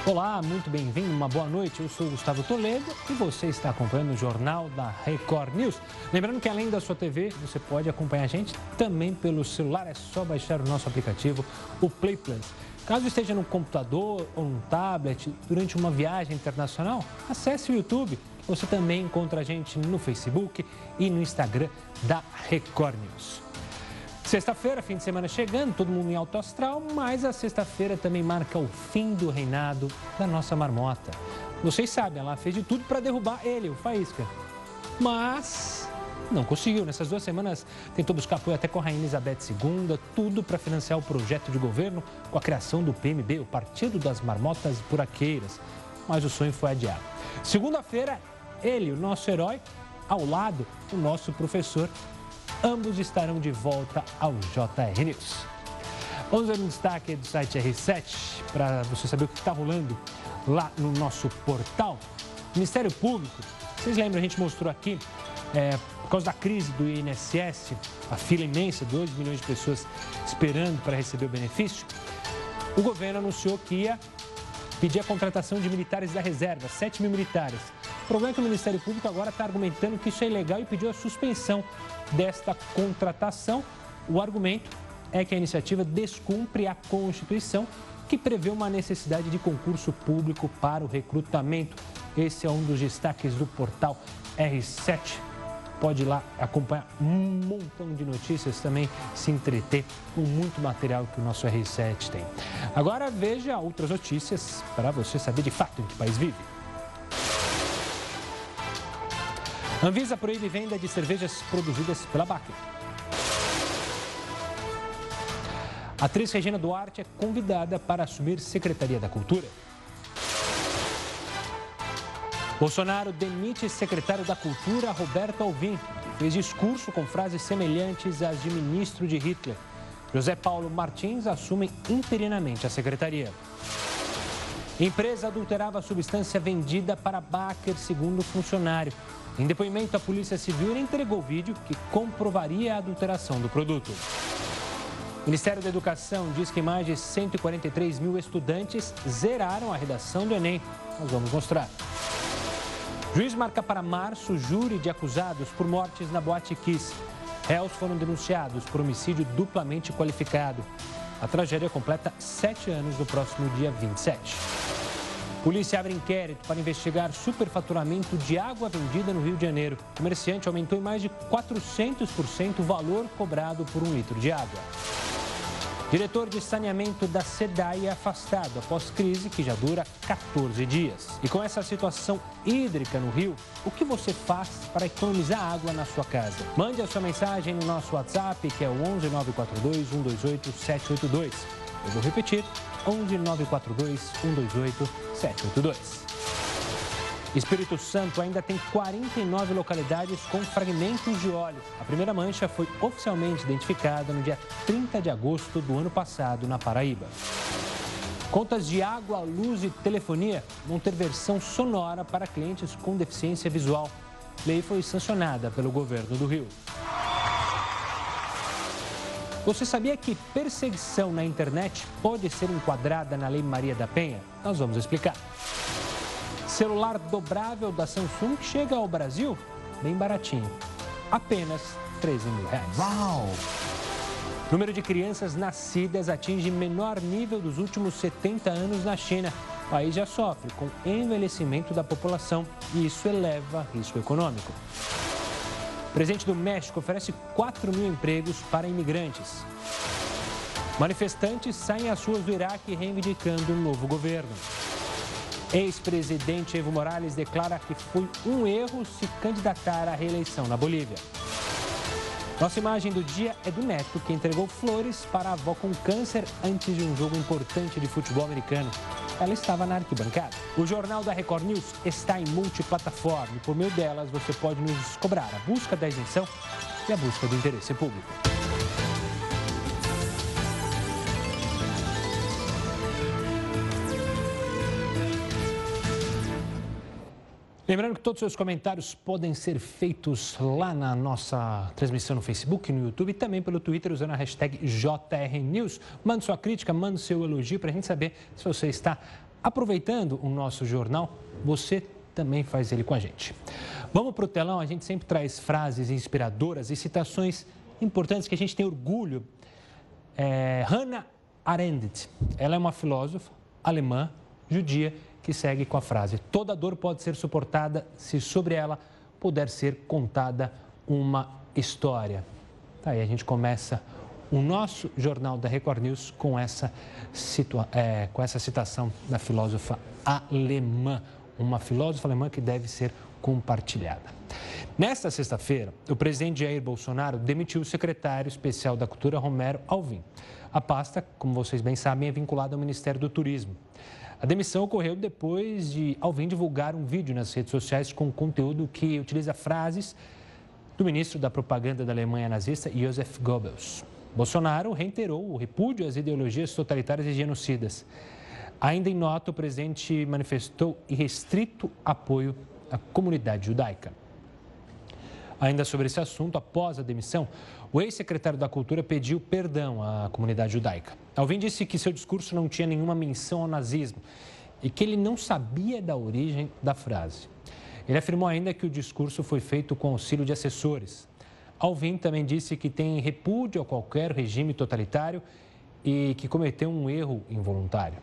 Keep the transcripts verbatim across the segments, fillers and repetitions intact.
Olá, muito bem-vindo, uma boa noite. Eu sou o Gustavo Toledo e você está acompanhando o Jornal da Record News. Lembrando que além da sua T V, você pode acompanhar a gente também pelo celular. É só baixar o nosso aplicativo, o Play Plus. Caso esteja no computador ou no tablet durante uma viagem internacional, acesse o YouTube. Você também encontra a gente no Facebook e no Instagram da Record News. Sexta-feira, fim de semana chegando, todo mundo em alto astral, mas a sexta-feira também marca o fim do reinado da nossa marmota. Vocês sabem, ela fez de tudo para derrubar ele, o Faísca. Mas não conseguiu. Nessas duas semanas tentou buscar apoio até com a Rainha Elizabeth segunda, tudo para financiar o projeto de governo com a criação do P M B, o Partido das Marmotas Buraqueiras. Mas o sonho foi adiado. Segunda-feira, ele, o nosso herói, ao lado, o nosso professor. Ambos estarão de volta ao J R News. Vamos ver um destaque do site R sete para você saber o que está rolando lá no nosso portal. Ministério Público, vocês lembram, a gente mostrou aqui, é, por causa da crise do I N S S, a fila imensa, dois milhões de pessoas esperando para receber o benefício. O governo anunciou que ia pedir a contratação de militares da reserva, sete mil militares. O problema é que o Ministério Público agora está argumentando que isso é ilegal e pediu a suspensão desta contratação. O argumento é que a iniciativa descumpre a Constituição, que prevê uma necessidade de concurso público para o recrutamento. Esse é um dos destaques do portal R sete. Pode ir lá acompanhar um montão de notícias, também se entreter com muito material que o nosso R sete tem. Agora veja outras notícias para você saber de fato em que país vive. Anvisa proíbe venda de cervejas produzidas pela Baker. A atriz Regina Duarte é convidada para assumir Secretaria da Cultura. Bolsonaro demite secretário da Cultura Roberto Alvim, que fez discurso com frases semelhantes às de ministro de Hitler. José Paulo Martins assume interinamente a secretaria. Empresa adulterava a substância vendida para Baker, segundo funcionário. Em depoimento, a Polícia Civil entregou vídeo que comprovaria a adulteração do produto. O Ministério da Educação diz que mais de cento e quarenta e três mil estudantes zeraram a redação do Enem. Nós vamos mostrar. Juiz marca para março júri de acusados por mortes na Boate Kiss. Réus foram denunciados por homicídio duplamente qualificado. A tragédia completa sete anos no próximo dia vinte e sete. Polícia abre inquérito para investigar superfaturamento de água vendida no Rio de Janeiro. O comerciante aumentou em mais de quatrocentos por cento o valor cobrado por um litro de água. Diretor de saneamento da SEDAI é afastado após crise que já dura quatorze dias. E com essa situação hídrica no Rio, o que você faz para economizar água na sua casa? Mande a sua mensagem no nosso WhatsApp, que é o onze nove quatro dois, um dois oito, sete oito dois. Eu vou repetir, onze nove quatro dois, um dois oito, sete oito dois. Espírito Santo ainda tem quarenta e nove localidades com fragmentos de óleo. A primeira mancha foi oficialmente identificada no dia trinta de agosto do ano passado, na Paraíba. Contas de água, luz e telefonia vão ter versão sonora para clientes com deficiência visual. A lei foi sancionada pelo governo do Rio. Você sabia que perseguição na internet pode ser enquadrada na Lei Maria da Penha? Nós vamos explicar. Celular dobrável da Samsung chega ao Brasil bem baratinho, apenas treze mil reais. Uau! Número de crianças nascidas atinge menor nível dos últimos setenta anos na China. O país já sofre com envelhecimento da população e isso eleva risco econômico. O presidente do México oferece quatro mil empregos para imigrantes. Manifestantes saem às ruas do Iraque reivindicando um novo governo. Ex-presidente Evo Morales declara que foi um erro se candidatar à reeleição na Bolívia. Nossa imagem do dia é do neto, que entregou flores para a avó com câncer antes de um jogo importante de futebol americano. Ela estava na arquibancada. O Jornal da Record News está em multiplataforma e por meio delas você pode nos cobrar a busca da isenção e a busca do interesse público. Lembrando que todos os seus comentários podem ser feitos lá na nossa transmissão no Facebook, no YouTube e também pelo Twitter usando a hashtag J R News. Mande sua crítica, mande seu elogio para a gente saber se você está aproveitando o nosso jornal, você também faz ele com a gente. Vamos para o telão, a gente sempre traz frases inspiradoras e citações importantes que a gente tem orgulho. É, Hannah Arendt, ela é uma filósofa alemã, judia, que segue com a frase: toda dor pode ser suportada se sobre ela puder ser contada uma história. Tá aí, a gente começa o nosso Jornal da Record News com essa, situa é, com essa citação da filósofa alemã, uma filósofa alemã que deve ser compartilhada. Nesta sexta-feira, o presidente Jair Bolsonaro demitiu o secretário especial da Cultura, Romero Alvim. A pasta, como vocês bem sabem, é vinculada ao Ministério do Turismo. A demissão ocorreu depois de Alvim divulgar um vídeo nas redes sociais com conteúdo que utiliza frases do ministro da propaganda da Alemanha nazista, Joseph Goebbels. Bolsonaro reiterou o repúdio às ideologias totalitárias e genocidas. Ainda em nota, o presidente manifestou irrestrito apoio à comunidade judaica. Ainda sobre esse assunto, após a demissão, o ex-secretário da Cultura pediu perdão à comunidade judaica. Alvim disse que seu discurso não tinha nenhuma menção ao nazismo e que ele não sabia da origem da frase. Ele afirmou ainda que o discurso foi feito com auxílio de assessores. Alvim também disse que tem repúdio a qualquer regime totalitário e que cometeu um erro involuntário.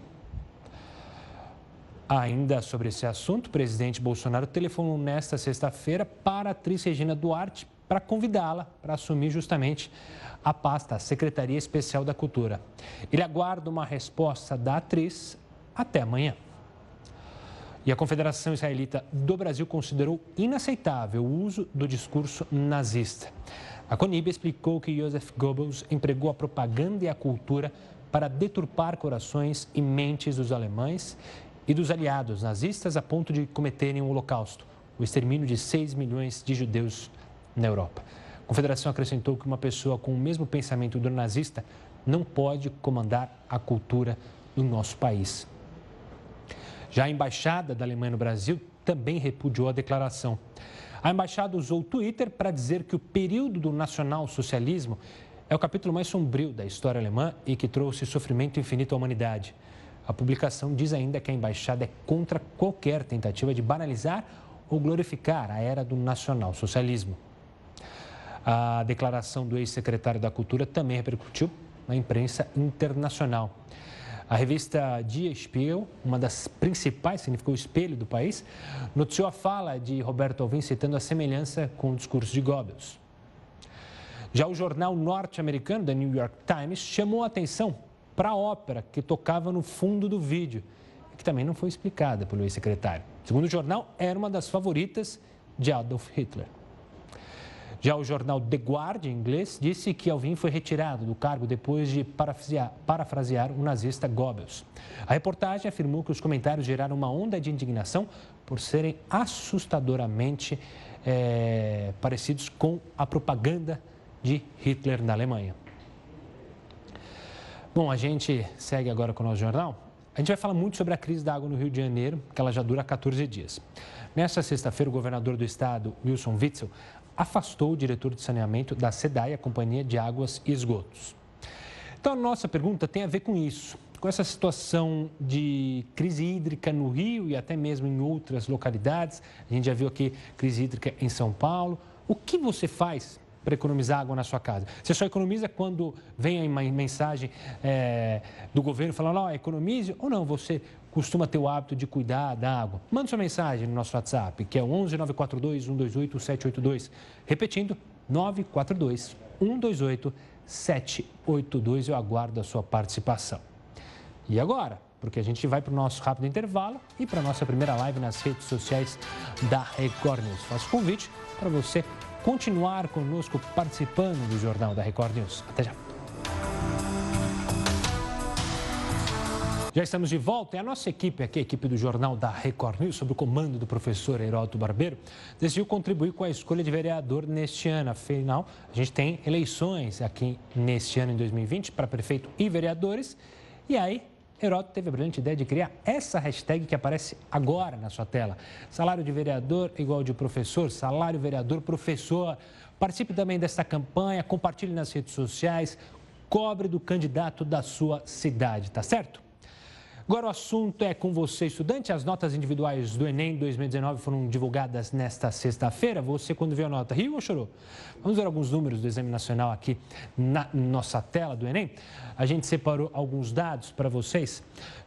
Ainda sobre esse assunto, o presidente Bolsonaro telefonou nesta sexta-feira para a atriz Regina Duarte para convidá-la para assumir justamente a pasta, a Secretaria Especial da Cultura. Ele aguarda uma resposta da atriz até amanhã. E a Confederação Israelita do Brasil considerou inaceitável o uso do discurso nazista. A CONIB explicou que Joseph Goebbels empregou a propaganda e a cultura para deturpar corações e mentes dos alemães e dos aliados nazistas a ponto de cometerem o Holocausto, o extermínio de seis milhões de judeus na Europa. A Confederação acrescentou que uma pessoa com o mesmo pensamento do nazista não pode comandar a cultura do nosso país. Já a Embaixada da Alemanha no Brasil também repudiou a declaração. A Embaixada usou o Twitter para dizer que o período do nacional-socialismo é o capítulo mais sombrio da história alemã e que trouxe sofrimento infinito à humanidade. A publicação diz ainda que a embaixada é contra qualquer tentativa de banalizar ou glorificar a era do nacional-socialismo. A declaração do ex-secretário da Cultura também repercutiu na imprensa internacional. A revista Die Spiegel, uma das principais, significou o espelho do país, noticiou a fala de Roberto Alvim citando a semelhança com o discurso de Goebbels. Já o jornal norte-americano, The New York Times, chamou a atenção para a ópera que tocava no fundo do vídeo, que também não foi explicada pelo ex-secretário. Segundo o jornal, era uma das favoritas de Adolf Hitler. Já o jornal The Guardian, em inglês, disse que Alvim foi retirado do cargo depois de parafrasear, parafrasear o nazista Goebbels. A reportagem afirmou que os comentários geraram uma onda de indignação por serem assustadoramente é, parecidos com a propaganda de Hitler na Alemanha. Bom, a gente segue agora com o nosso jornal. A gente vai falar muito sobre a crise da água no Rio de Janeiro, que ela já dura quatorze dias. Nesta sexta-feira, o governador do estado, Wilson Witzel, afastou o diretor de saneamento da SEDAI, a Companhia de Águas e Esgotos. Então, a nossa pergunta tem a ver com isso, com essa situação de crise hídrica no Rio e até mesmo em outras localidades. A gente já viu aqui crise hídrica em São Paulo. O que você faz para economizar água na sua casa? Você só economiza quando vem a mensagem é, do governo falando, ó, oh, economize, ou não? Você costuma ter o hábito de cuidar da água? Manda sua mensagem no nosso WhatsApp, que é o onze nove quatro dois, um dois oito, sete oito dois. Repetindo, nove quatro dois, um dois oito, sete oito dois. Eu aguardo a sua participação. E agora? Porque a gente vai para o nosso rápido intervalo e para a nossa primeira live nas redes sociais da Record News. Faço convite para você continuar conosco participando do Jornal da Record News. Até já. Já estamos de volta e a nossa equipe aqui, a equipe do Jornal da Record News, sob o comando do professor Heródoto Barbeiro, decidiu contribuir com a escolha de vereador neste ano. Afinal, a gente tem eleições aqui neste ano, em dois mil e vinte, para prefeito e vereadores. E aí, Heródoto teve a brilhante ideia de criar essa hashtag que aparece agora na sua tela. Salário de vereador igual de professor, salário vereador professor. Participe também desta campanha, compartilhe nas redes sociais, cobre do candidato da sua cidade, tá certo? Agora o assunto é com você, estudante. As notas individuais do Enem dois mil e dezenove foram divulgadas nesta sexta-feira. Você, quando viu a nota, riu ou chorou? Vamos ver alguns números do Exame Nacional aqui na nossa tela do Enem. A gente separou alguns dados para vocês.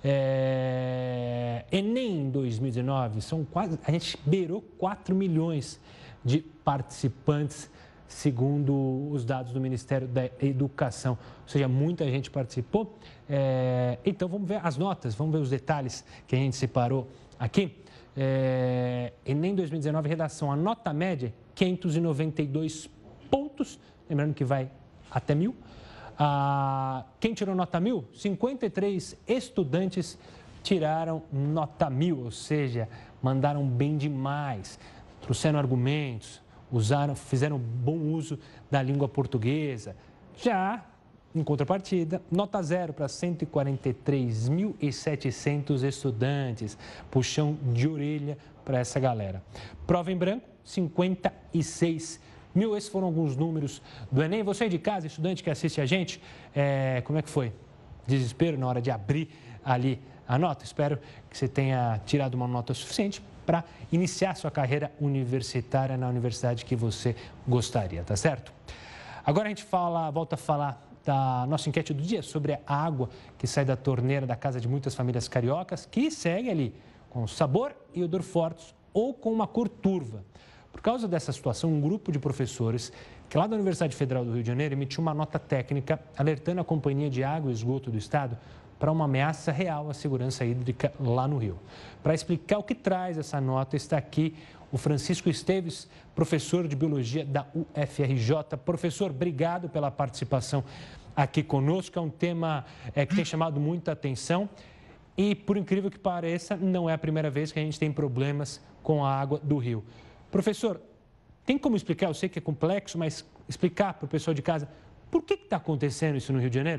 É... Enem dois mil e dezenove, são quase... a gente beirou quatro milhões de participantes, segundo os dados do Ministério da Educação. Ou seja, muita gente participou. É, então, vamos ver as notas, vamos ver os detalhes que a gente separou aqui. É, Enem dois mil e dezenove, redação, a nota média, quinhentos e noventa e dois pontos, lembrando que vai até mil. Ah, quem tirou nota mil? cinquenta e três estudantes tiraram nota mil, ou seja, mandaram bem demais, trouxeram argumentos, usaram, fizeram bom uso da língua portuguesa. Já, em contrapartida, nota zero para cento e quarenta e três mil e setecentos estudantes. Puxão de orelha para essa galera. Prova em branco, cinquenta e seis mil. Esses foram alguns números do Enem. Você aí de casa, estudante que assiste a gente, é, como é que foi? Desespero na hora de abrir ali a nota? Espero que você tenha tirado uma nota suficiente para iniciar sua carreira universitária na universidade que você gostaria, tá certo? Agora a gente fala, volta a falar da nossa enquete do dia sobre a água que sai da torneira da casa de muitas famílias cariocas, que segue ali com sabor e odor fortes ou com uma cor turva. Por causa dessa situação, um grupo de professores que lá da Universidade Federal do Rio de Janeiro emitiu uma nota técnica alertando a Companhia de Água e Esgoto do Estado para uma ameaça real à segurança hídrica lá no Rio. Para explicar o que traz essa nota, está aqui o Francisco Esteves, professor de Biologia da U F R J. Professor, obrigado pela participação aqui conosco. É um tema é, que tem chamado muita atenção e, por incrível que pareça, não é a primeira vez que a gente tem problemas com a água do rio. Professor, tem como explicar? Eu sei que é complexo, mas explicar para o pessoal de casa por que está acontecendo isso no Rio de Janeiro?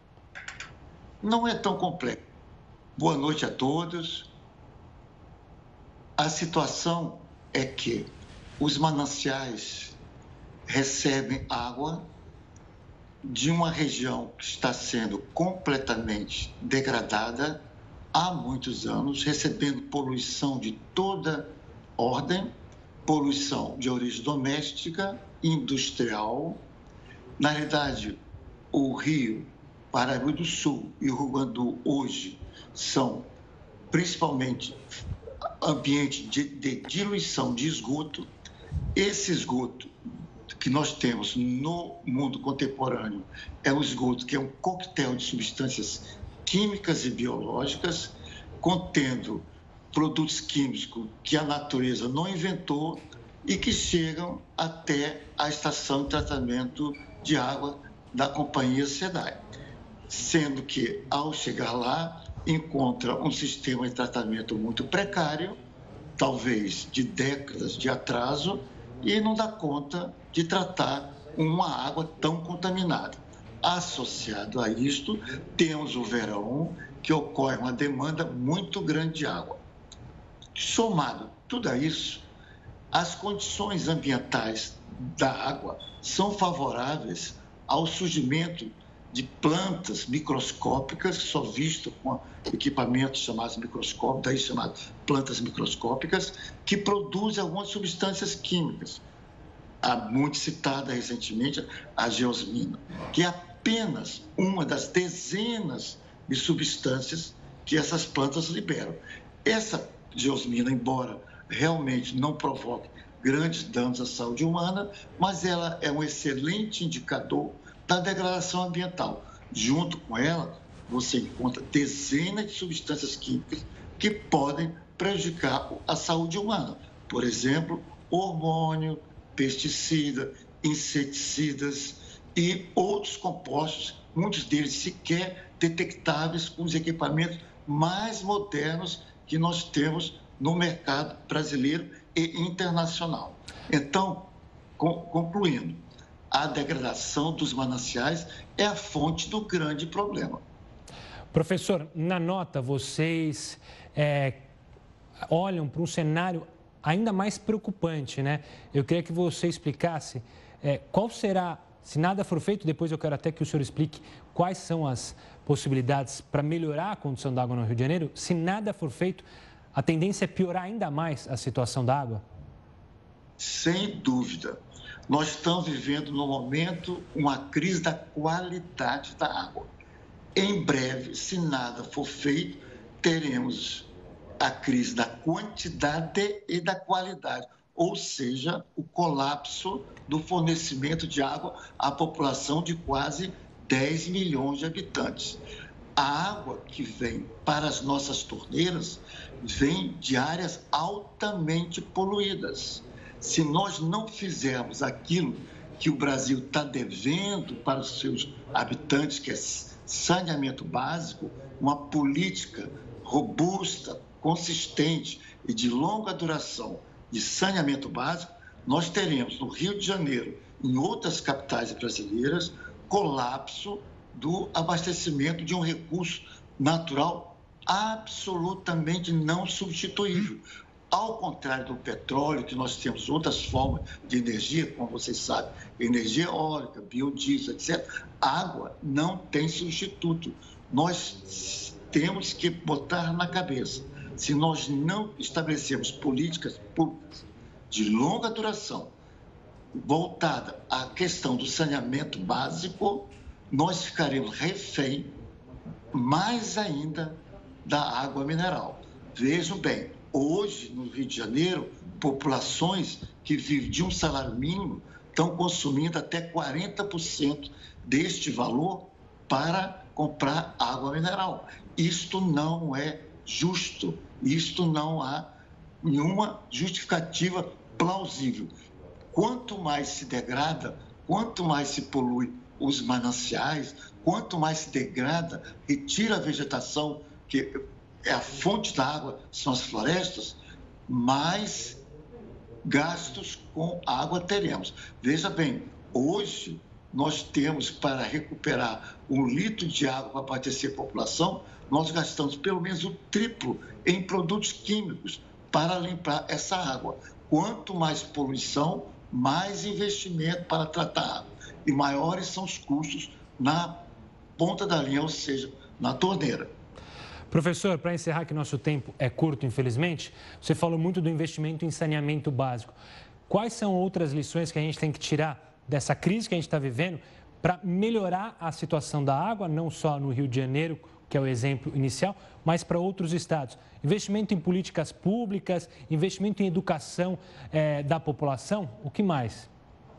Não é tão complexo. Boa noite a todos. A situação é que os mananciais recebem água de uma região que está sendo completamente degradada há muitos anos, recebendo poluição de toda ordem, poluição de origem doméstica, industrial. Na realidade, o Rio, Paraíba do Sul e o Rio Grande do Sul hoje são principalmente ambiente de, de diluição de esgoto. Esse esgoto que nós temos no mundo contemporâneo é um esgoto que é um coquetel de substâncias químicas e biológicas, contendo produtos químicos que a natureza não inventou e que chegam até a estação de tratamento de água da companhia SEDAI. Sendo que, ao chegar lá, encontra um sistema de tratamento muito precário, talvez de décadas de atraso, e não dá conta de tratar uma água tão contaminada. Associado a isto, temos o verão, que ocorre uma demanda muito grande de água. Somado tudo a isso, as condições ambientais da água são favoráveis ao surgimento de plantas microscópicas, só visto com equipamentos chamados microscópicos, daí chamados plantas microscópicas, que produzem algumas substâncias químicas. A muito citada recentemente, a geosmina, que é apenas uma das dezenas de substâncias que essas plantas liberam. Essa geosmina, embora realmente não provoque grandes danos à saúde humana, mas ela é um excelente indicador da degradação ambiental. Junto com ela, você encontra dezenas de substâncias químicas que podem prejudicar a saúde humana. Por exemplo, hormônio, pesticida, inseticidas e outros compostos, muitos deles sequer detectáveis com os equipamentos mais modernos que nós temos no mercado brasileiro e internacional. Então, concluindo, a degradação dos mananciais é a fonte do grande problema. Professor, na nota vocês é, olham para um cenário ainda mais preocupante, né? Eu queria que você explicasse é, qual será, Se nada for feito, depois eu quero até que o senhor explique quais são as possibilidades para melhorar a condição da água no Rio de Janeiro. Se nada for feito, a tendência é piorar ainda mais a situação da água? Sem dúvida. Nós estamos vivendo, no momento, uma crise da qualidade da água. Em breve, se nada for feito, teremos a crise da quantidade e da qualidade, ou seja, o colapso do fornecimento de água à população de quase dez milhões de habitantes. A água que vem para as nossas torneiras vem de áreas altamente poluídas. Se nós não fizermos aquilo que o Brasil está devendo para os seus habitantes, que é saneamento básico, uma política robusta, consistente e de longa duração de saneamento básico, nós teremos no Rio de Janeiro e em outras capitais brasileiras colapso do abastecimento de um recurso natural absolutamente não substituível. Ao contrário do petróleo, que nós temos outras formas de energia, como vocês sabem, energia eólica, biodiesel, etcétera, água não tem substituto. Nós temos que botar na cabeça, se nós não estabelecermos políticas públicas de longa duração, voltada à questão do saneamento básico, nós ficaremos refém, mais ainda, da água mineral. Vejam bem, hoje, no Rio de Janeiro, populações que vivem de um salário mínimo estão consumindo até quarenta por cento deste valor para comprar água mineral. Isto não é justo, isto não há nenhuma justificativa plausível. Quanto mais se degrada, quanto mais se polui os mananciais, quanto mais se degrada, retira a vegetação, que é a fonte da água, são as florestas, mais gastos com água teremos. Veja bem, hoje nós temos, para recuperar um litro de água para abastecer a população, nós gastamos pelo menos o triplo em produtos químicos para limpar essa água. Quanto mais poluição, mais investimento para tratar a água. E maiores são os custos na ponta da linha, ou seja, na torneira. Professor, para encerrar, que nosso tempo é curto, infelizmente, você falou muito do investimento em saneamento básico. Quais são outras lições que a gente tem que tirar dessa crise que a gente está vivendo para melhorar a situação da água, não só no Rio de Janeiro, que é o exemplo inicial, mas para outros estados? Investimento em políticas públicas, investimento em educação é, da população, o que mais?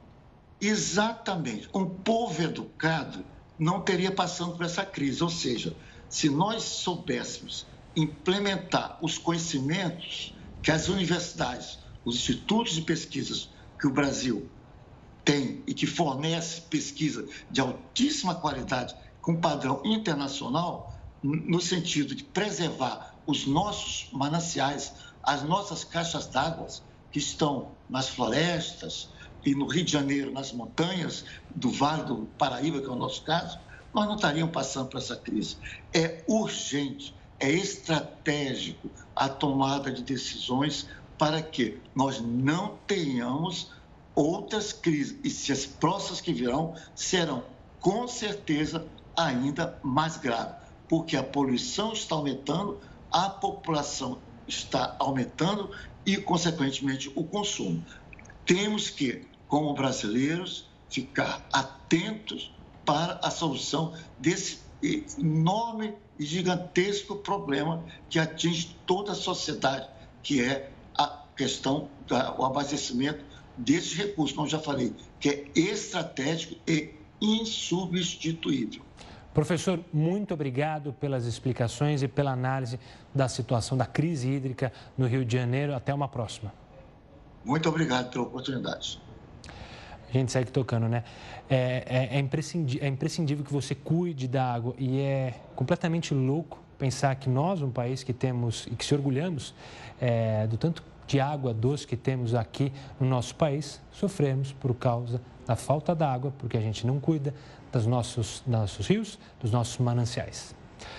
Exatamente. Um povo educado não teria passando por essa crise, ou seja, se nós soubéssemos implementar os conhecimentos que as universidades, os institutos de pesquisas que o Brasil tem e que fornece pesquisa de altíssima qualidade com padrão internacional, no sentido de preservar os nossos mananciais, as nossas caixas d'água que estão nas florestas e no Rio de Janeiro, nas montanhas do Vale do Paraíba, que é o nosso caso, nós não estaríamos passando por essa crise. É urgente, é estratégico a tomada de decisões para que nós não tenhamos outras crises. E se as próximas que virão serão, com certeza, ainda mais graves, porque a poluição está aumentando, a população está aumentando e, consequentemente, o consumo. Temos que, como brasileiros, ficar atentos para a solução desse enorme e gigantesco problema que atinge toda a sociedade, que é a questão do abastecimento desses recursos, como eu já falei, que é estratégico e insubstituível. Professor, muito obrigado pelas explicações e pela análise da situação da crise hídrica no Rio de Janeiro. Até uma próxima. Muito obrigado pela oportunidade. A gente segue tocando, né? É, é, é, imprescindível, é imprescindível que você cuide da água e é completamente louco pensar que nós, um país que temos e que se orgulhamos é, do tanto de água doce que temos aqui no nosso país, sofremos por causa da falta da água, porque a gente não cuida dos nossos, dos nossos rios, dos nossos mananciais.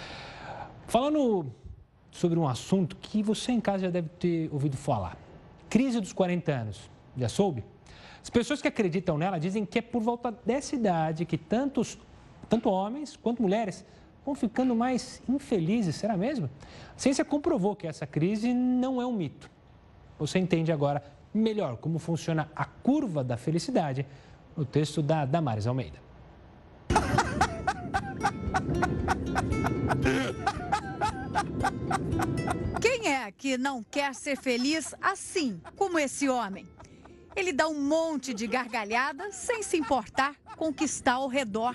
Falando sobre um assunto que você em casa já deve ter ouvido falar. Crise dos quarenta anos. Já soube? As pessoas que acreditam nela dizem que é por volta dessa idade que tantos, tanto homens quanto mulheres vão ficando mais infelizes. Será mesmo? A ciência comprovou que essa crise não é um mito. Você entende agora melhor como funciona a curva da felicidade no texto da Damares Almeida. Quem é que não quer ser feliz assim, como esse homem? Ele dá um monte de gargalhada sem se importar com o que está ao redor.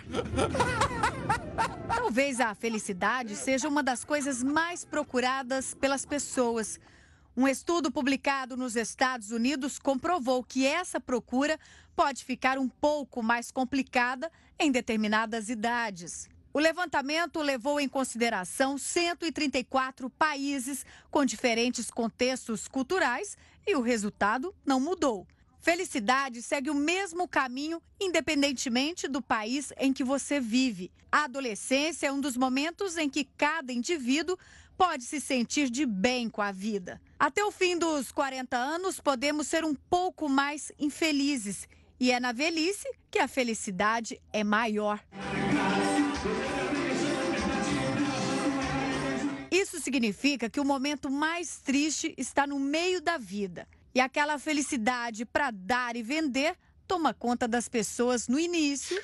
Talvez a felicidade seja uma das coisas mais procuradas pelas pessoas. Um estudo publicado nos Estados Unidos comprovou que essa procura pode ficar um pouco mais complicada em determinadas idades. O levantamento levou em consideração cento e trinta e quatro países com diferentes contextos culturais e o resultado não mudou. Felicidade segue o mesmo caminho, independentemente do país em que você vive. A adolescência é um dos momentos em que cada indivíduo pode se sentir de bem com a vida. Até o fim dos quarenta anos, podemos ser um pouco mais infelizes. E é na velhice que a felicidade é maior. Isso significa que o momento mais triste está no meio da vida. E aquela felicidade para dar e vender toma conta das pessoas no início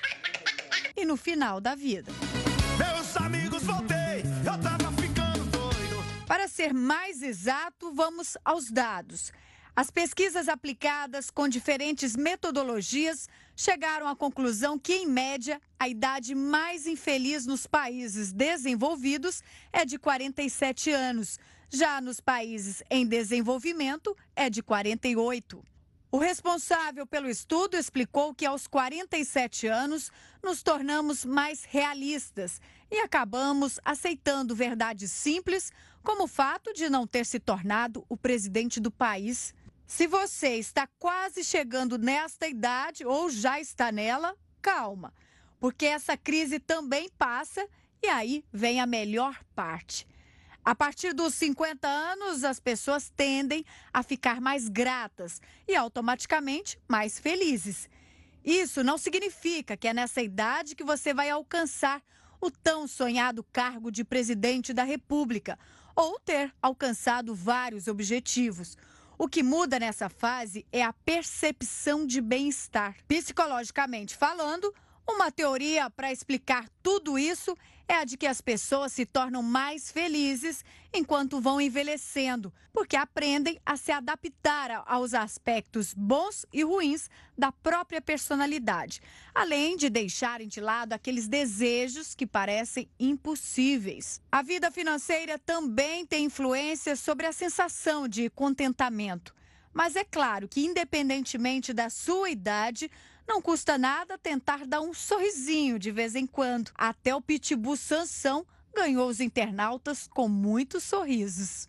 e no final da vida. Meus amigos, voltei, eu tava ficando doido. Para ser mais exato, vamos aos dados. As pesquisas aplicadas com diferentes metodologias chegaram à conclusão que, em média, a idade mais infeliz nos países desenvolvidos é de quarenta e sete anos. Já nos países em desenvolvimento, é de quarenta e oito. O responsável pelo estudo explicou que aos quarenta e sete anos nos tornamos mais realistas e acabamos aceitando verdades simples, como o fato de não ter se tornado o presidente do país. Se você está quase chegando nesta idade ou já está nela, calma, porque essa crise também passa e aí vem a melhor parte. A partir dos cinquenta anos, as pessoas tendem a ficar mais gratas e automaticamente mais felizes. Isso não significa que é nessa idade que você vai alcançar o tão sonhado cargo de presidente da República ou ter alcançado vários objetivos. O que muda nessa fase é a percepção de bem-estar. Psicologicamente falando, uma teoria para explicar tudo isso é a de que as pessoas se tornam mais felizes enquanto vão envelhecendo, porque aprendem a se adaptar aos aspectos bons e ruins da própria personalidade, além de deixarem de lado aqueles desejos que parecem impossíveis. A vida financeira também tem influência sobre a sensação de contentamento, mas é claro que, independentemente da sua idade, não custa nada tentar dar um sorrisinho de vez em quando. Até o pitbull Sansão ganhou os internautas com muitos sorrisos.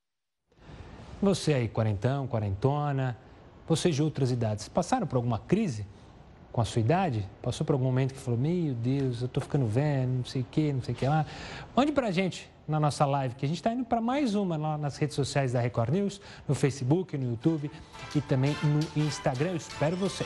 Você aí, quarentão, quarentona, vocês de outras idades, passaram por alguma crise com a sua idade? Passou por algum momento que falou, meu Deus, eu tô ficando velho, não sei o que, não sei o que lá. Mande pra gente na nossa live, que a gente está indo para mais uma lá nas redes sociais da Record News, no Facebook, no YouTube e também no Instagram. Eu espero você.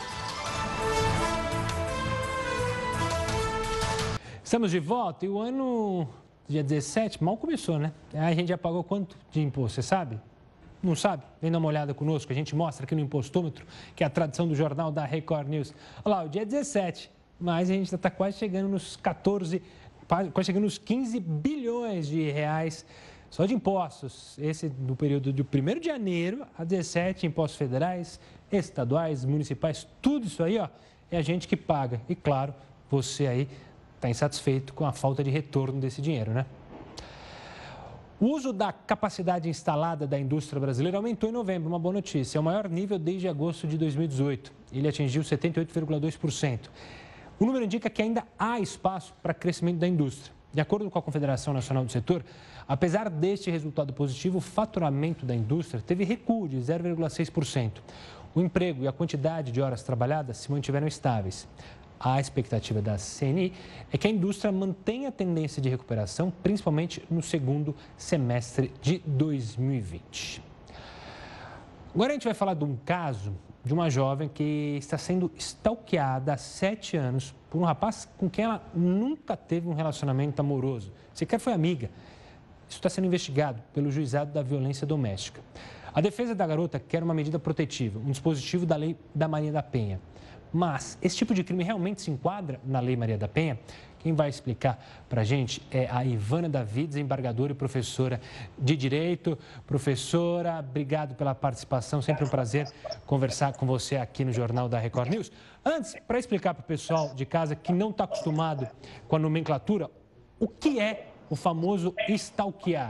Estamos de volta e o ano, dia dezessete, mal começou, né? A gente já pagou quanto de imposto, você sabe? Não sabe? Vem dar uma olhada conosco, a gente mostra aqui no Impostômetro, que é a tradição do jornal da Record News. Olha lá, o dia é dezessete, mas a gente já está quase chegando nos quatorze, quase chegando nos quinze bilhões de reais só de impostos. Esse no período de primeiro de janeiro a dezessete, impostos federais, estaduais, municipais, tudo isso aí, ó, é a gente que paga. E claro, você aí está insatisfeito com a falta de retorno desse dinheiro, né? O uso da capacidade instalada da indústria brasileira aumentou em novembro, uma boa notícia. É o maior nível desde agosto de dois mil e dezoito. Ele atingiu setenta e oito vírgula dois por cento. O número indica que ainda há espaço para crescimento da indústria. De acordo com a Confederação Nacional do Setor, apesar deste resultado positivo, o faturamento da indústria teve recuo de zero vírgula seis por cento. O emprego e a quantidade de horas trabalhadas se mantiveram estáveis. A expectativa da C N I é que a indústria mantenha a tendência de recuperação, principalmente no segundo semestre de dois mil e vinte. Agora a gente vai falar de um caso de uma jovem que está sendo stalkeada há sete anos por um rapaz com quem ela nunca teve um relacionamento amoroso. Sequer foi amiga. Isso está sendo investigado pelo Juizado da Violência Doméstica. A defesa da garota quer uma medida protetiva, um dispositivo da Lei da Maria da Penha. Mas esse tipo de crime realmente se enquadra na Lei Maria da Penha? Quem vai explicar para a gente é a Ivana Davi, desembargadora e professora de Direito. Professora, obrigado pela participação. Sempre um prazer conversar com você aqui no Jornal da Record News. Antes, para explicar para o pessoal de casa que não está acostumado com a nomenclatura, o que é o famoso stalkear?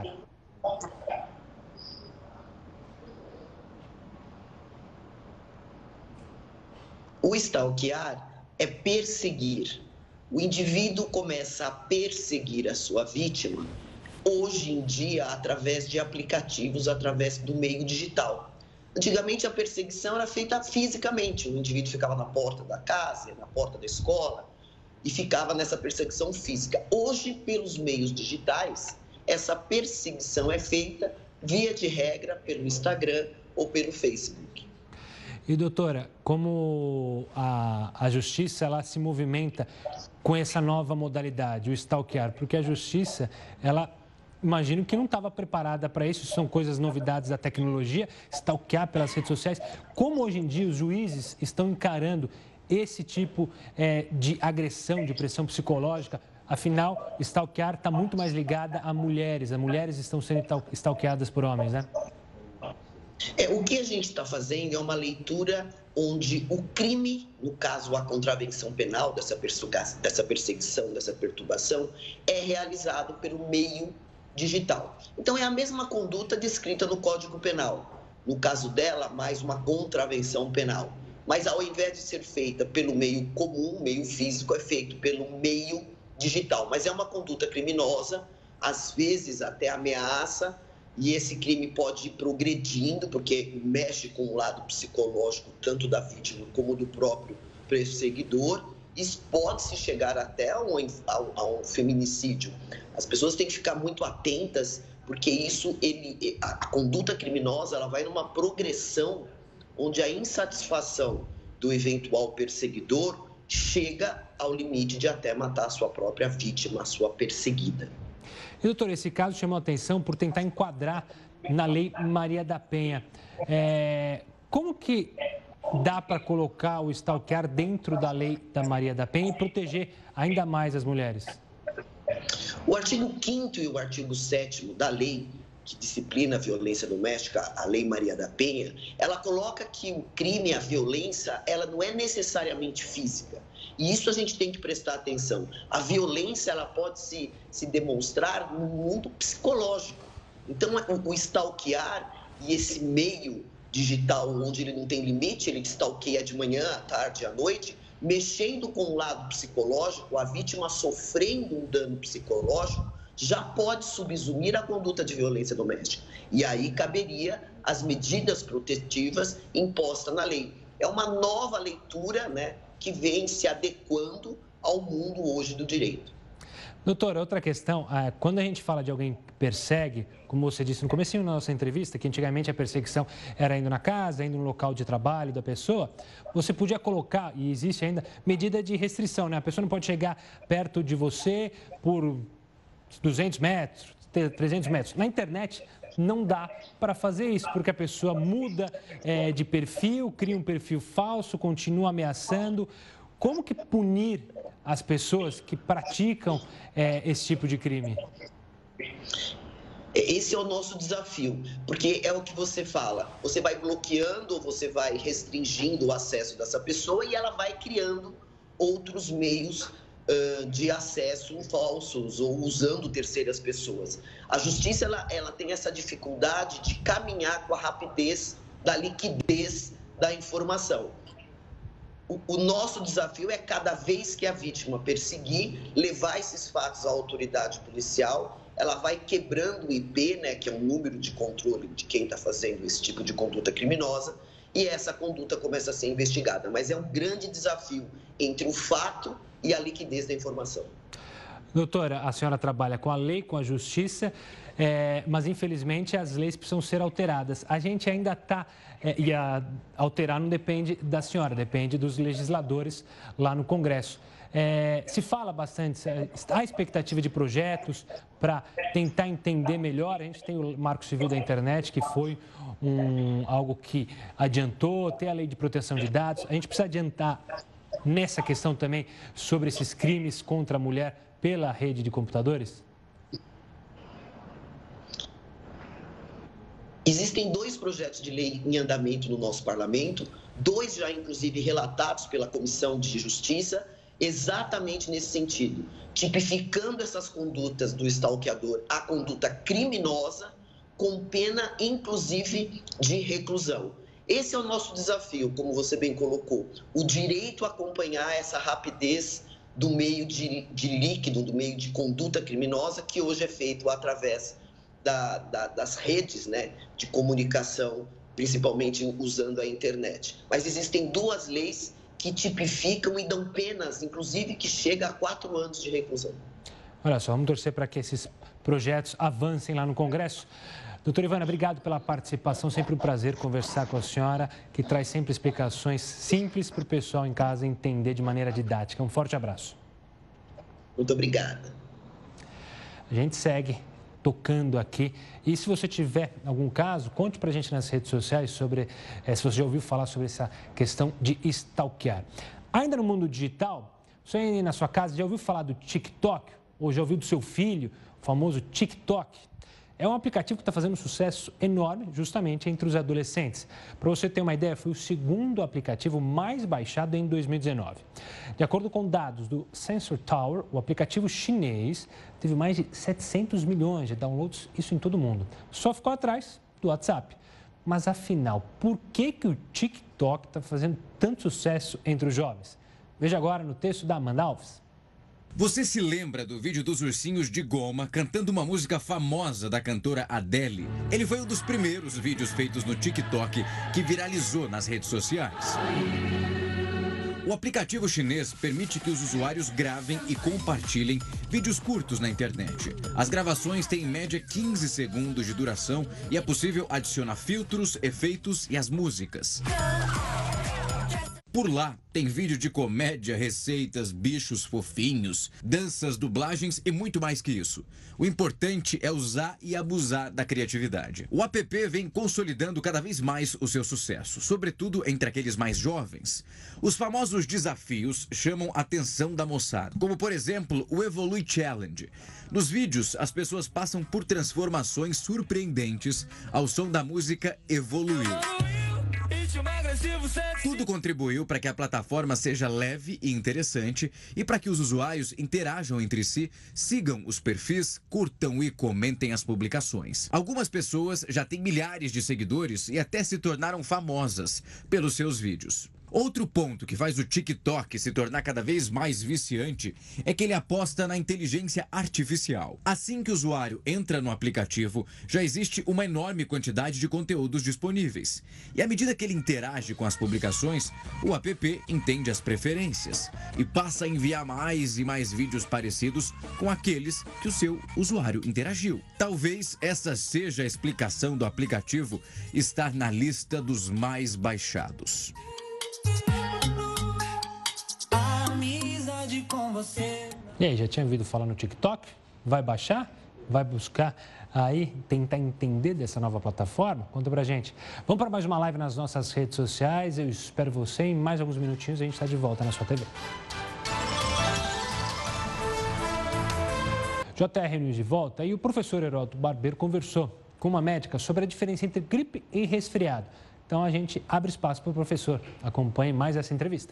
O stalkear é perseguir. O indivíduo começa a perseguir a sua vítima, hoje em dia, através de aplicativos, através do meio digital. Antigamente, a perseguição era feita fisicamente. O indivíduo ficava na porta da casa, na porta da escola, e ficava nessa perseguição física. Hoje, pelos meios digitais, essa perseguição é feita, via de regra, pelo Instagram ou pelo Facebook. E, doutora, como a, a justiça ela se movimenta com essa nova modalidade, o stalkear? Porque a justiça, ela, imagino que não estava preparada para isso, são coisas novidades da tecnologia, stalkear pelas redes sociais. Como hoje em dia os juízes estão encarando esse tipo é, de agressão, de pressão psicológica? Afinal, stalkear está muito mais ligada a mulheres, as mulheres estão sendo stalkeadas por homens, né? É, o que a gente está fazendo é uma leitura onde o crime, no caso a contravenção penal dessa perseguição, dessa perturbação, é realizado pelo meio digital. Então é a mesma conduta descrita no Código Penal. No caso dela, mais uma contravenção penal. Mas ao invés de ser feita pelo meio comum, meio físico, é feito pelo meio digital. Mas é uma conduta criminosa, às vezes até ameaça. E esse crime pode ir progredindo, porque mexe com o lado psicológico, tanto da vítima como do próprio perseguidor. Isso pode-se chegar até a um, a um feminicídio. As pessoas têm que ficar muito atentas, porque isso, ele, a, a conduta criminosa, ela vai numa progressão onde a insatisfação do eventual perseguidor chega ao limite de até matar a sua própria vítima, a sua perseguida. E, doutor, esse caso chamou a atenção por tentar enquadrar na Lei Maria da Penha. É, como que dá para colocar o stalkear dentro da Lei da Maria da Penha e proteger ainda mais as mulheres? O artigo quinto e o artigo sétimo da lei que disciplina a violência doméstica, a Lei Maria da Penha, ela coloca que o crime, a violência, ela não é necessariamente física. E isso a gente tem que prestar atenção. A violência, ela pode se, se demonstrar no mundo psicológico. Então, o, o stalkear e esse meio digital, onde ele não tem limite, ele stalkeia de manhã, à tarde, à noite, mexendo com o lado psicológico, a vítima sofrendo um dano psicológico, já pode subsumir a conduta de violência doméstica. E aí caberia as medidas protetivas impostas na lei. É uma nova leitura, né, que vem se adequando ao mundo hoje do direito. Doutora, outra questão, quando a gente fala de alguém que persegue, como você disse no comecinho da nossa entrevista, que antigamente a perseguição era indo na casa, indo no local de trabalho da pessoa, você podia colocar, e existe ainda, medida de restrição, né? A pessoa não pode chegar perto de você por duzentos metros, trezentos metros. Na internet não dá para fazer isso, porque a pessoa muda é, de perfil, cria um perfil falso, continua ameaçando. Como que punir as pessoas que praticam é, esse tipo de crime? Esse é o nosso desafio, porque é o que você fala. Você vai bloqueando, você vai restringindo o acesso dessa pessoa e ela vai criando outros meios de acesso falsos ou usando terceiras pessoas. A justiça ela, ela tem essa dificuldade de caminhar com a rapidez da liquidez da informação. O, o nosso desafio é cada vez que a vítima perseguir, levar esses fatos à autoridade policial, ela vai quebrando o I P, né, que é um número de controle de quem está fazendo esse tipo de conduta criminosa, e essa conduta começa a ser investigada. Mas é um grande desafio entre o fato e a liquidez da informação. Doutora, a senhora trabalha com a lei, com a justiça. é, mas infelizmente as leis precisam ser alteradas. A gente ainda está, é, e a alterar não depende da senhora, depende dos legisladores lá no Congresso. É, se fala bastante, há expectativa de projetos para tentar entender melhor. A gente tem o Marco Civil da Internet, que foi um, algo que adiantou, tem a Lei de Proteção de Dados. A gente precisa adiantar nessa questão também sobre esses crimes contra a mulher pela rede de computadores? Existem dois projetos de lei em andamento no nosso parlamento, dois já inclusive relatados pela Comissão de Justiça, exatamente nesse sentido, tipificando essas condutas do stalkeador, a conduta criminosa, com pena inclusive de reclusão. Esse é o nosso desafio, como você bem colocou, o direito a acompanhar essa rapidez do meio de, de líquido, do meio de conduta criminosa, que hoje é feito através da, da, das redes, né, de comunicação, principalmente usando a internet. Mas existem duas leis que tipificam e dão penas, inclusive, que chega a quatro anos de reclusão. Olha só, vamos torcer para que esses projetos avancem lá no Congresso. Doutora Ivana, obrigado pela participação. Sempre um prazer conversar com a senhora, que traz sempre explicações simples para o pessoal em casa entender de maneira didática. Um forte abraço. Muito obrigada. A gente segue tocando aqui. E se você tiver algum caso, conte para a gente nas redes sociais sobre, é, se você já ouviu falar sobre essa questão de stalkear. Ainda no mundo digital, você aí na sua casa já ouviu falar do TikTok? Ou já ouviu do seu filho, o famoso TikTok? É um aplicativo que está fazendo um sucesso enorme justamente entre os adolescentes. Para você ter uma ideia, foi o segundo aplicativo mais baixado em dois mil e dezenove. De acordo com dados do Sensor Tower, o aplicativo chinês teve mais de setecentos milhões de downloads, isso em todo o mundo. Só ficou atrás do WhatsApp. Mas afinal, por que, que o TikTok está fazendo tanto sucesso entre os jovens? Veja agora no texto da Amanda Alves. Você se lembra do vídeo dos ursinhos de goma cantando uma música famosa da cantora Adele? Ele foi um dos primeiros vídeos feitos no TikTok que viralizou nas redes sociais. O aplicativo chinês permite que os usuários gravem e compartilhem vídeos curtos na internet. As gravações têm em média quinze segundos de duração e é possível adicionar filtros, efeitos e as músicas. Por lá, tem vídeo de comédia, receitas, bichos fofinhos, danças, dublagens e muito mais que isso. O importante é usar e abusar da criatividade. O app vem consolidando cada vez mais o seu sucesso, sobretudo entre aqueles mais jovens. Os famosos desafios chamam a atenção da moçada, como por exemplo o Evolui Challenge. Nos vídeos, as pessoas passam por transformações surpreendentes ao som da música Evoluiu. Tudo contribuiu para que a plataforma seja leve e interessante e para que os usuários interajam entre si, sigam os perfis, curtam e comentem as publicações. Algumas pessoas já têm milhares de seguidores e até se tornaram famosas pelos seus vídeos. Outro ponto que faz o TikTok se tornar cada vez mais viciante é que ele aposta na inteligência artificial. Assim que o usuário entra no aplicativo, já existe uma enorme quantidade de conteúdos disponíveis. E à medida que ele interage com as publicações, o app entende as preferências e passa a enviar mais e mais vídeos parecidos com aqueles que o seu usuário interagiu. Talvez essa seja a explicação do aplicativo estar na lista dos mais baixados. E aí, já tinha ouvido falar no TikTok? Vai baixar? Vai buscar aí, tentar entender dessa nova plataforma? Conta pra gente. Vamos para mais uma live nas nossas redes sociais. Eu espero você em mais alguns minutinhos. A gente está de volta na sua T V. J R News de volta. E o professor Heródoto Barbeiro conversou com uma médica sobre a diferença entre gripe e resfriado. Então a gente abre espaço para o professor. Acompanhe mais essa entrevista.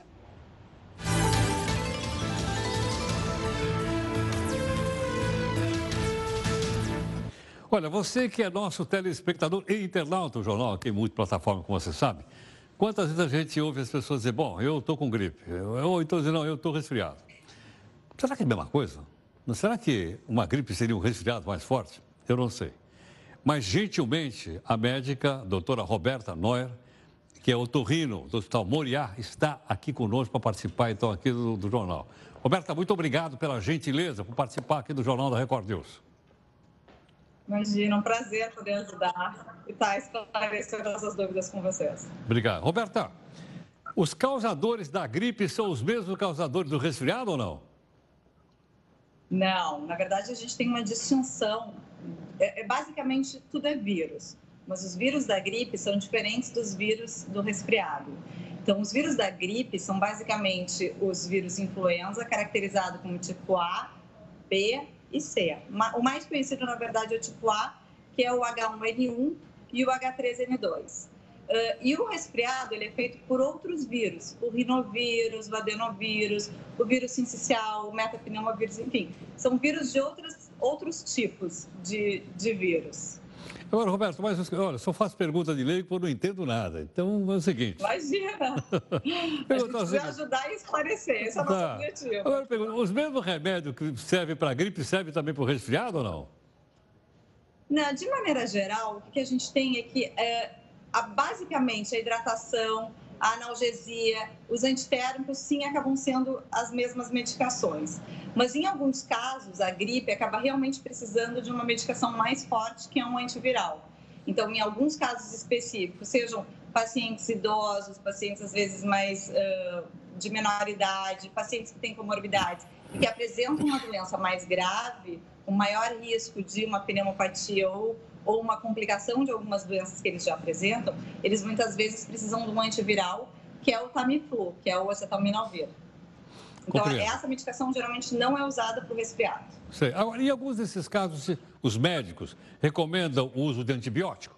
Olha, você que é nosso telespectador e internauta do jornal, tem muita plataforma, como você sabe. Quantas vezes a gente ouve as pessoas dizer, bom, eu estou com gripe, ou então dizer, não, eu estou resfriado. Será que é a mesma coisa? Não será que uma gripe seria um resfriado mais forte? Eu não sei. Mas, gentilmente, a médica, a doutora Roberta Neuer, que é otorrino do Hospital Moriá, está aqui conosco para participar, então, aqui do, do jornal. Roberta, muito obrigado pela gentileza por participar aqui do Jornal da Record News. Imagina, um prazer poder ajudar e estar esclarecendo essas dúvidas com vocês. Obrigado. Roberta, os causadores da gripe são os mesmos causadores do resfriado ou não? Não, na verdade a gente tem uma distinção. É, é, basicamente tudo é vírus, mas os vírus da gripe são diferentes dos vírus do resfriado. Então, os vírus da gripe são basicamente os vírus influenza, caracterizado como tipo A, B e C. O mais conhecido, na verdade, é o tipo A, que é o H um N um e o H três N dois. Uh, e o resfriado, ele é feito por outros vírus, o rinovírus, o adenovírus, o vírus sincicial, o metapneumovírus, enfim. São vírus de outros, outros tipos de, de vírus. Agora, Roberto, mas olha, só faço pergunta de leigo porque eu não entendo nada. Então, é o seguinte... Imagina! A gente precisa ajudar e esclarecer, esse é o nosso tá. objetivo. Agora, pergunto, os mesmos remédios que servem para a gripe servem também para o resfriado ou não? Não, de maneira geral, o que a gente tem é que, é, a, basicamente, a hidratação, a analgesia, os antitérmicos, sim, acabam sendo as mesmas medicações. Mas, em alguns casos, a gripe acaba realmente precisando de uma medicação mais forte, que é um antiviral. Então, em alguns casos específicos, sejam pacientes idosos, pacientes, às vezes, mais uh, de menor idade, pacientes que têm comorbidades e que apresentam uma doença mais grave, com maior risco de uma pneumopatia ou, ou uma complicação de algumas doenças que eles já apresentam, eles muitas vezes precisam de um antiviral, que é o Tamiflu, que é o acetalminalvir. Então, Compreendo. essa medicação geralmente não é usada para o resfriado. Sei. Agora, em alguns desses casos, os médicos recomendam o uso de antibiótico?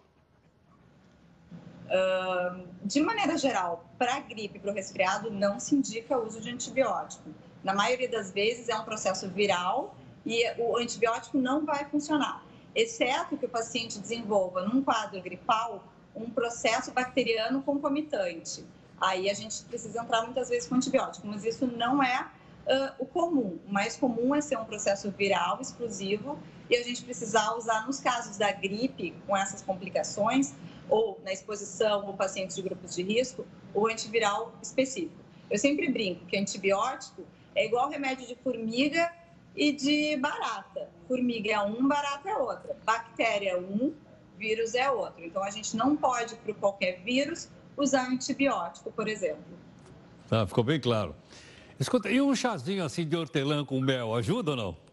Uh, de maneira geral, para a gripe e para o resfriado, não se indica o uso de antibiótico. Na maioria das vezes, é um processo viral e o antibiótico não vai funcionar, exceto que o paciente desenvolva, num quadro gripal, um processo bacteriano concomitante. Aí a gente precisa entrar muitas vezes com antibiótico, mas isso não é uh, o comum. O mais comum é ser um processo viral exclusivo e a gente precisar usar, nos casos da gripe, com essas complicações, ou na exposição ou pacientes de grupos de risco, o antiviral específico. Eu sempre brinco que antibiótico é igual remédio de formiga e de barata. Formiga é um, barata é outra. Bactéria é um, vírus é outro. Então, a gente não pode, para qualquer vírus, usar antibiótico, por exemplo. Tá, ficou bem claro. Escuta, e um chazinho assim de hortelã com mel, ajuda ou não?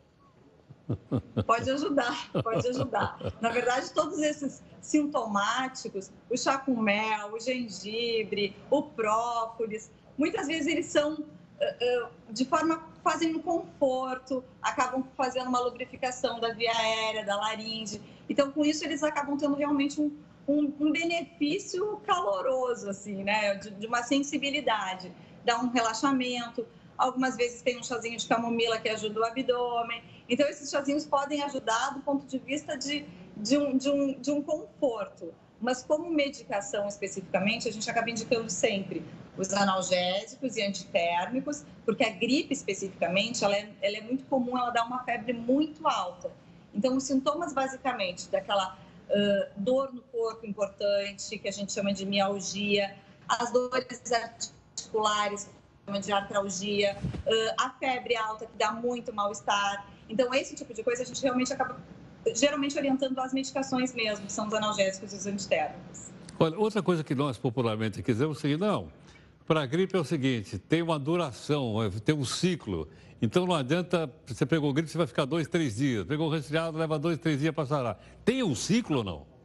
Pode ajudar, pode ajudar. Na verdade, todos esses sintomáticos, o chá com mel, o gengibre, o própolis, muitas vezes eles são, de forma, fazem um conforto, acabam fazendo uma lubrificação da via aérea, da laringe. Então, com isso, eles acabam tendo realmente um, um, um benefício caloroso, assim, né? De, de uma sensibilidade, dá um relaxamento. Algumas vezes tem um chazinho de camomila que ajuda o abdômen. Então, esses chazinhos podem ajudar do ponto de vista de, de, um, de, um, de um conforto. Mas como medicação especificamente, a gente acaba indicando sempre os analgésicos e antitérmicos, porque a gripe especificamente, ela é, ela é muito comum, ela dá uma febre muito alta. Então, os sintomas basicamente daquela uh, dor no corpo importante, que a gente chama de mialgia, as dores articulares, de artralgia, uh, a febre alta, que dá muito mal-estar. Então, esse tipo de coisa a gente realmente acaba, geralmente, orientando as medicações mesmo, que são os analgésicos e os antitérmicos. Olha, outra coisa que nós popularmente quisemos seguir, não, para a gripe é o seguinte, tem uma duração, tem um ciclo, então não adianta, você pegou gripe, você vai ficar dois, três dias, pegou resfriado, leva dois, três dias para sarar. Tem um ciclo ou não?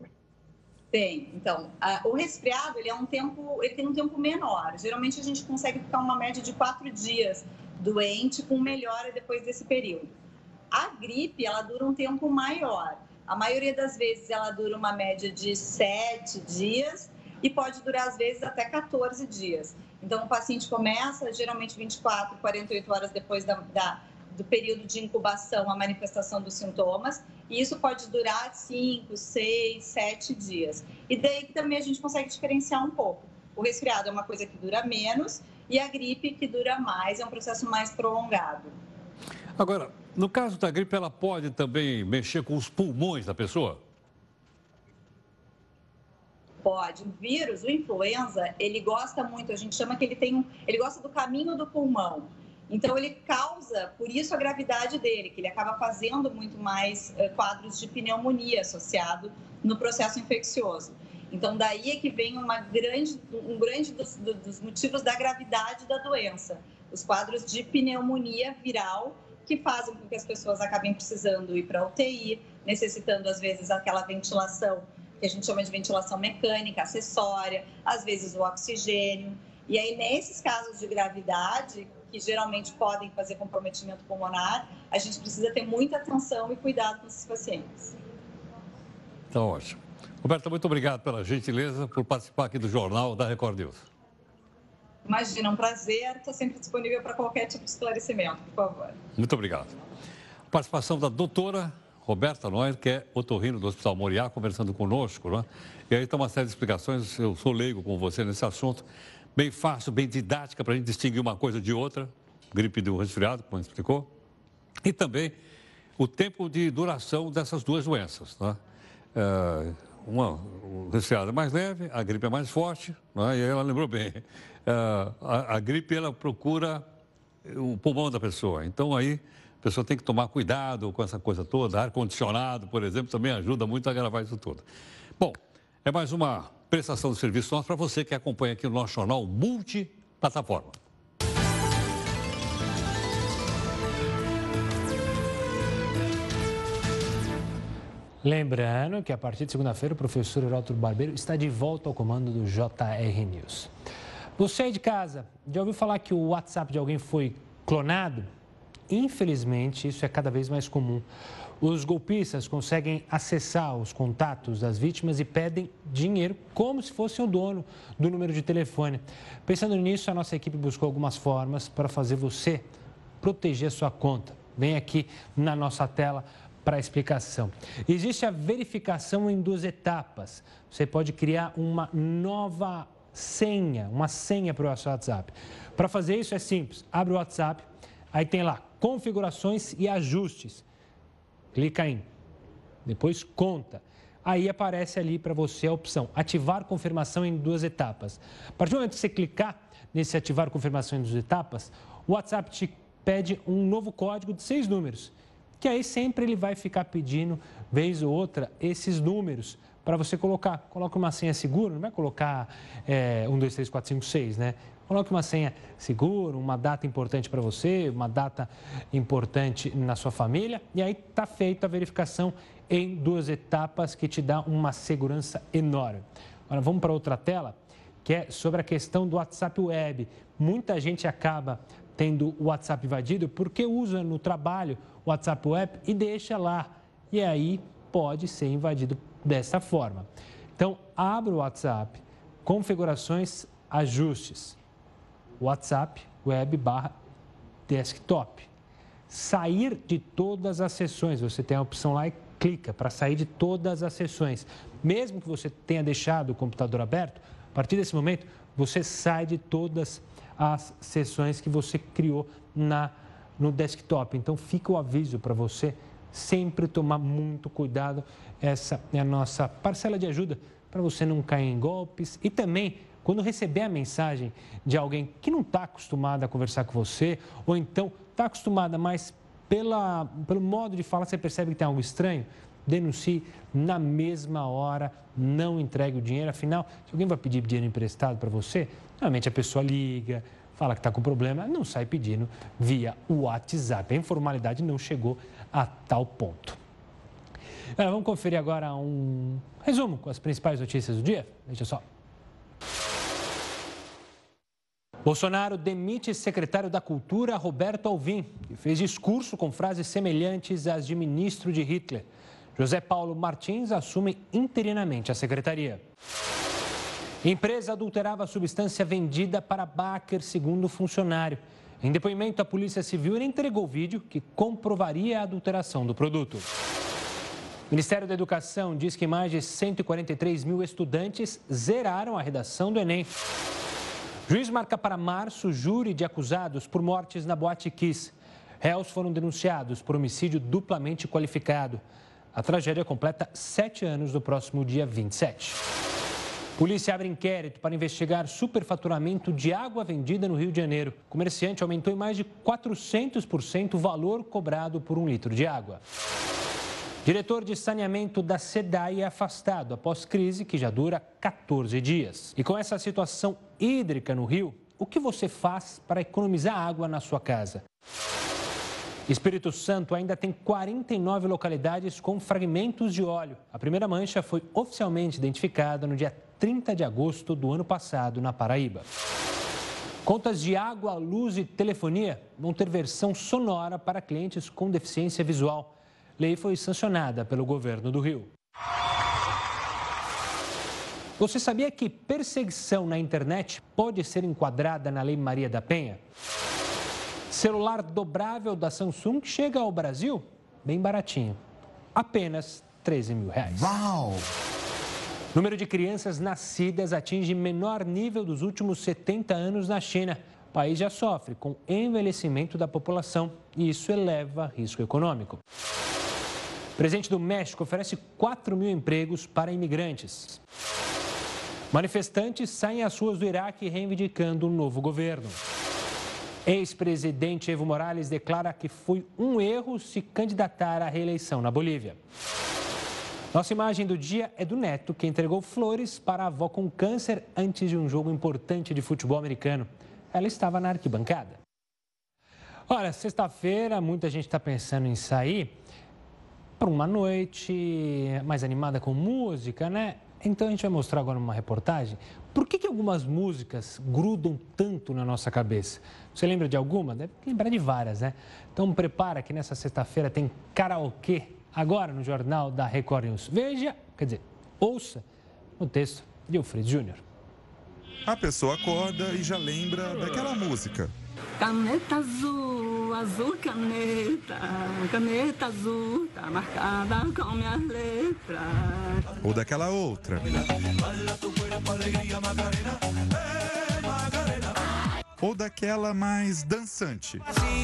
Tem. Então, a, o resfriado, ele é um tempo, ele tem um tempo menor. Geralmente, a gente consegue ficar uma média de quatro dias doente, com melhora depois desse período. A gripe, ela dura um tempo maior. A maioria das vezes, ela dura uma média de sete dias e pode durar, às vezes, até quatorze dias. Então, o paciente começa, geralmente, vinte e quatro, quarenta e oito horas depois da, da, do período de incubação, a manifestação dos sintomas. E isso pode durar cinco, seis, sete dias. E daí que também a gente consegue diferenciar um pouco. O resfriado é uma coisa que dura menos e a gripe que dura mais, é um processo mais prolongado. Agora, no caso da gripe, ela pode também mexer com os pulmões da pessoa? Pode. O vírus, o influenza, ele gosta muito, a gente chama que ele tem um, ele gosta do caminho do pulmão. Então, ele causa, por isso, a gravidade dele, que ele acaba fazendo muito mais eh, quadros de pneumonia associado no processo infeccioso. Então, daí é que vem uma grande, um grande dos, dos motivos da gravidade da doença, os quadros de pneumonia viral, que fazem com que as pessoas acabem precisando ir para a U T I, necessitando, às vezes, aquela ventilação, que a gente chama de ventilação mecânica, acessória, às vezes o oxigênio. E aí, nesses casos de gravidade, que geralmente podem fazer comprometimento pulmonar, a gente precisa ter muita atenção e cuidado com esses pacientes. Então, ótimo. Roberta, muito obrigado pela gentileza por participar aqui do Jornal da Record News. Imagina, um prazer. Estou sempre disponível para qualquer tipo de esclarecimento, por favor. Muito obrigado. Participação da doutora Roberta Noyer, que é otorrino do Hospital Moriá, conversando conosco, né? E aí está uma série de explicações, eu sou leigo com você nesse assunto, bem fácil, bem didática, para a gente distinguir uma coisa de outra, gripe do resfriado, como explicou, e também o tempo de duração dessas duas doenças, né? É, uma, o resfriado é mais leve, a gripe é mais forte, né? E aí ela lembrou bem, é, a, a gripe ela procura o pulmão da pessoa, então aí a pessoa tem que tomar cuidado com essa coisa toda, ar-condicionado, por exemplo, também ajuda muito a agravar isso tudo. Bom, é mais uma prestação de serviço nosso para você que acompanha aqui o nosso jornal multiplataforma. Lembrando que a partir de segunda-feira o professor Heródoto Barbeiro está de volta ao comando do J R News. Você aí de casa, já ouviu falar que o WhatsApp de alguém foi clonado? Infelizmente, isso é cada vez mais comum. Os golpistas conseguem acessar os contatos das vítimas e pedem dinheiro como se fossem o dono do número de telefone. Pensando nisso, a nossa equipe buscou algumas formas para fazer você proteger a sua conta. Vem aqui na nossa tela para a explicação. Existe a verificação em duas etapas. Você pode criar uma nova senha, uma senha para o seu WhatsApp. Para fazer isso é simples. Abre o WhatsApp, aí tem lá configurações e ajustes. Clica em, depois conta. Aí aparece ali para você a opção ativar confirmação em duas etapas. A partir do momento que você clicar nesse ativar confirmação em duas etapas, o WhatsApp te pede um novo código de seis números, que aí sempre ele vai ficar pedindo, vez ou outra, esses números para você colocar. Coloca uma senha segura, não vai colocar é, um, dois, três, quatro, cinco, seis, né? Coloque uma senha segura, uma data importante para você, uma data importante na sua família. E aí está feita a verificação em duas etapas que te dá uma segurança enorme. Agora vamos para outra tela, que é sobre a questão do WhatsApp Web. Muita gente acaba tendo o WhatsApp invadido porque usa no trabalho o WhatsApp Web e deixa lá. E aí pode ser invadido dessa forma. Então, abra o WhatsApp, configurações, ajustes. WhatsApp Web barra Desktop. Sair de todas as sessões. Você tem a opção lá e clica para sair de todas as sessões. Mesmo que você tenha deixado o computador aberto, a partir desse momento, você sai de todas as sessões que você criou na, no desktop. Então, fica o aviso para você sempre tomar muito cuidado. Essa é a nossa parcela de ajuda para você não cair em golpes e também quando receber a mensagem de alguém que não está acostumado a conversar com você, ou então está acostumada, mas pela, pelo modo de falar você percebe que tem algo estranho, denuncie na mesma hora, não entregue o dinheiro. Afinal, se alguém vai pedir dinheiro emprestado para você, normalmente a pessoa liga, fala que está com problema, não sai pedindo via WhatsApp. A informalidade não chegou a tal ponto. Agora, vamos conferir agora um resumo com as principais notícias do dia? Veja só. Bolsonaro demite secretário da Cultura, Roberto Alvim, que fez discurso com frases semelhantes às de ministro de Hitler. José Paulo Martins assume interinamente a secretaria. Empresa adulterava a substância vendida para Baker, segundo funcionário. Em depoimento à Polícia Civil, ele entregou vídeo que comprovaria a adulteração do produto. O Ministério da Educação diz que mais de cento e quarenta e três mil estudantes zeraram a redação do Enem. Juiz marca para março júri de acusados por mortes na Boate Kiss. Réus foram denunciados por homicídio duplamente qualificado. A tragédia completa sete anos no próximo dia vinte e sete. Polícia abre inquérito para investigar superfaturamento de água vendida no Rio de Janeiro. O comerciante aumentou em mais de quatrocentos por cento o valor cobrado por um litro de água. Diretor de saneamento da SEDAI é afastado após crise que já dura quatorze dias. E com essa situação hídrica no Rio, o que você faz para economizar água na sua casa? Espírito Santo ainda tem quarenta e nove localidades com fragmentos de óleo. A primeira mancha foi oficialmente identificada no dia trinta de agosto do ano passado, na Paraíba. Contas de água, luz e telefonia vão ter versão sonora para clientes com deficiência visual. A lei foi sancionada pelo governo do Rio. Você sabia que perseguição na internet pode ser enquadrada na Lei Maria da Penha? Celular dobrável da Samsung chega ao Brasil bem baratinho, apenas treze mil reais. Uau! O número de crianças nascidas atinge menor nível dos últimos setenta anos na China. O país já sofre com envelhecimento da população e isso eleva risco econômico. O presidente do México oferece quatro mil empregos para imigrantes. Manifestantes saem às ruas do Iraque reivindicando um novo governo. Ex-presidente Evo Morales declara que foi um erro se candidatar à reeleição na Bolívia. Nossa imagem do dia é do neto, que entregou flores para a avó com câncer antes de um jogo importante de futebol americano. Ela estava na arquibancada. Olha, sexta-feira, muita gente está pensando em sair para uma noite mais animada com música, né? Então a gente vai mostrar agora uma reportagem. Por que que algumas músicas grudam tanto na nossa cabeça? Você lembra de alguma? Deve lembrar de várias, né? Então prepara que nessa sexta-feira tem karaokê, agora no Jornal da Record News. Veja, quer dizer, ouça o texto de Alfredo Júnior. A pessoa acorda e já lembra daquela música. Caneta azul, azul caneta, caneta azul, tá marcada com minhas letras. Ou daquela outra. Ou daquela mais dançante.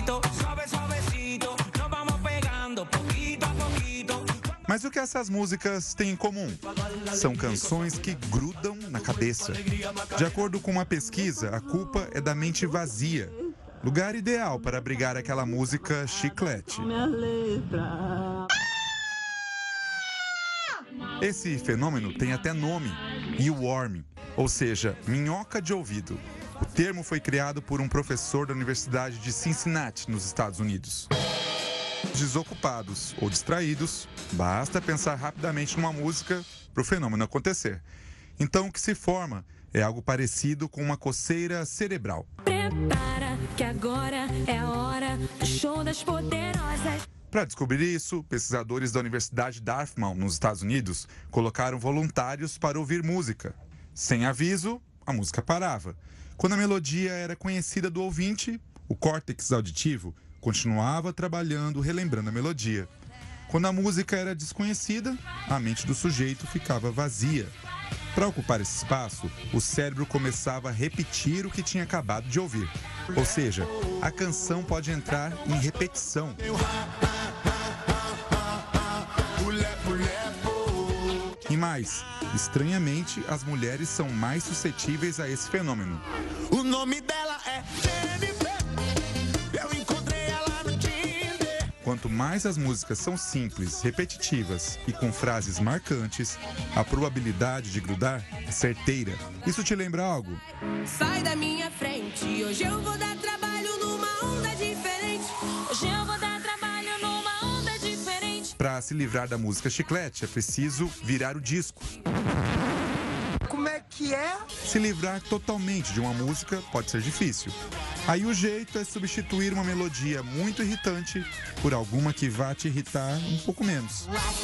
Mas o que essas músicas têm em comum? São canções que grudam na cabeça. De acordo com uma pesquisa, a culpa é da mente vazia. Lugar ideal para abrigar aquela música chiclete. Esse fenômeno tem até nome, earworming, ou seja, minhoca de ouvido. O termo foi criado por um professor da Universidade de Cincinnati, nos Estados Unidos. Desocupados ou distraídos, basta pensar rapidamente numa música para o fenômeno acontecer. Então, o que se forma é algo parecido com uma coceira cerebral. Prepara que agora é a hora do show das poderosas. Para descobrir isso, pesquisadores da Universidade Dartmouth, nos Estados Unidos, colocaram voluntários para ouvir música. Sem aviso, a música parava. Quando a melodia era conhecida do ouvinte, o córtex auditivo continuava trabalhando, relembrando a melodia. Quando a música era desconhecida, a mente do sujeito ficava vazia. Para ocupar esse espaço, o cérebro começava a repetir o que tinha acabado de ouvir. Ou seja, a canção pode entrar em repetição. E mais, estranhamente, as mulheres são mais suscetíveis a esse fenômeno. O nome dela é Jennifer. Eu encontrei ela no Tinder. Quanto mais as músicas são simples, repetitivas e com frases marcantes, a probabilidade de grudar é certeira. Isso te lembra algo? Sai da minha frente, hoje eu vou dar trabalho numa onda diferente. Hoje eu vou dar trabalho numa onda diferente. Para se livrar da música chiclete, é preciso virar o disco. Como é que é? Se livrar totalmente de uma música pode ser difícil. Aí o jeito é substituir uma melodia muito irritante por alguma que vá te irritar um pouco menos.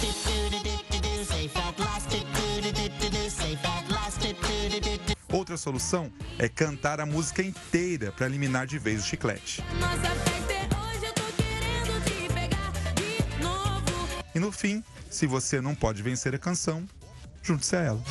Outra solução é cantar a música inteira para eliminar de vez o chiclete. E no fim, se você não pode vencer a canção, junte-se a ela.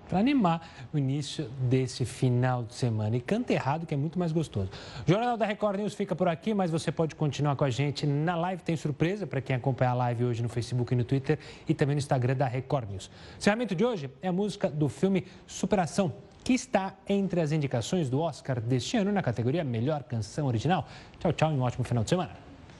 para animar o início desse final de semana. E canta errado, que é muito mais gostoso. O Jornal da Record News fica por aqui, mas você pode continuar com a gente na live. Tem surpresa para quem acompanha a live hoje no Facebook e no Twitter e também no Instagram da Record News. O encerramento de hoje é a música do filme Superação, que está entre as indicações do Oscar deste ano na categoria Melhor Canção Original. Tchau, tchau e um ótimo final de semana.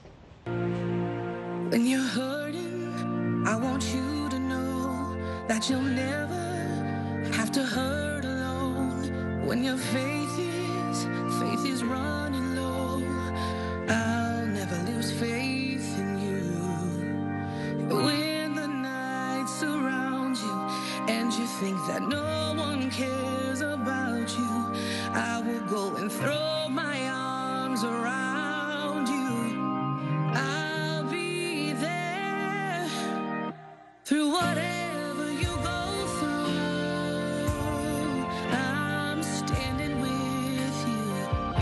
When you're hurting, I want you to know that you'll never have to hurt alone. When your faith is, faith is running low, I'll never lose faith in you. When the night surrounds you and you think that no one cares about you, I will go and throw my arms around you. I'll be there through whatever.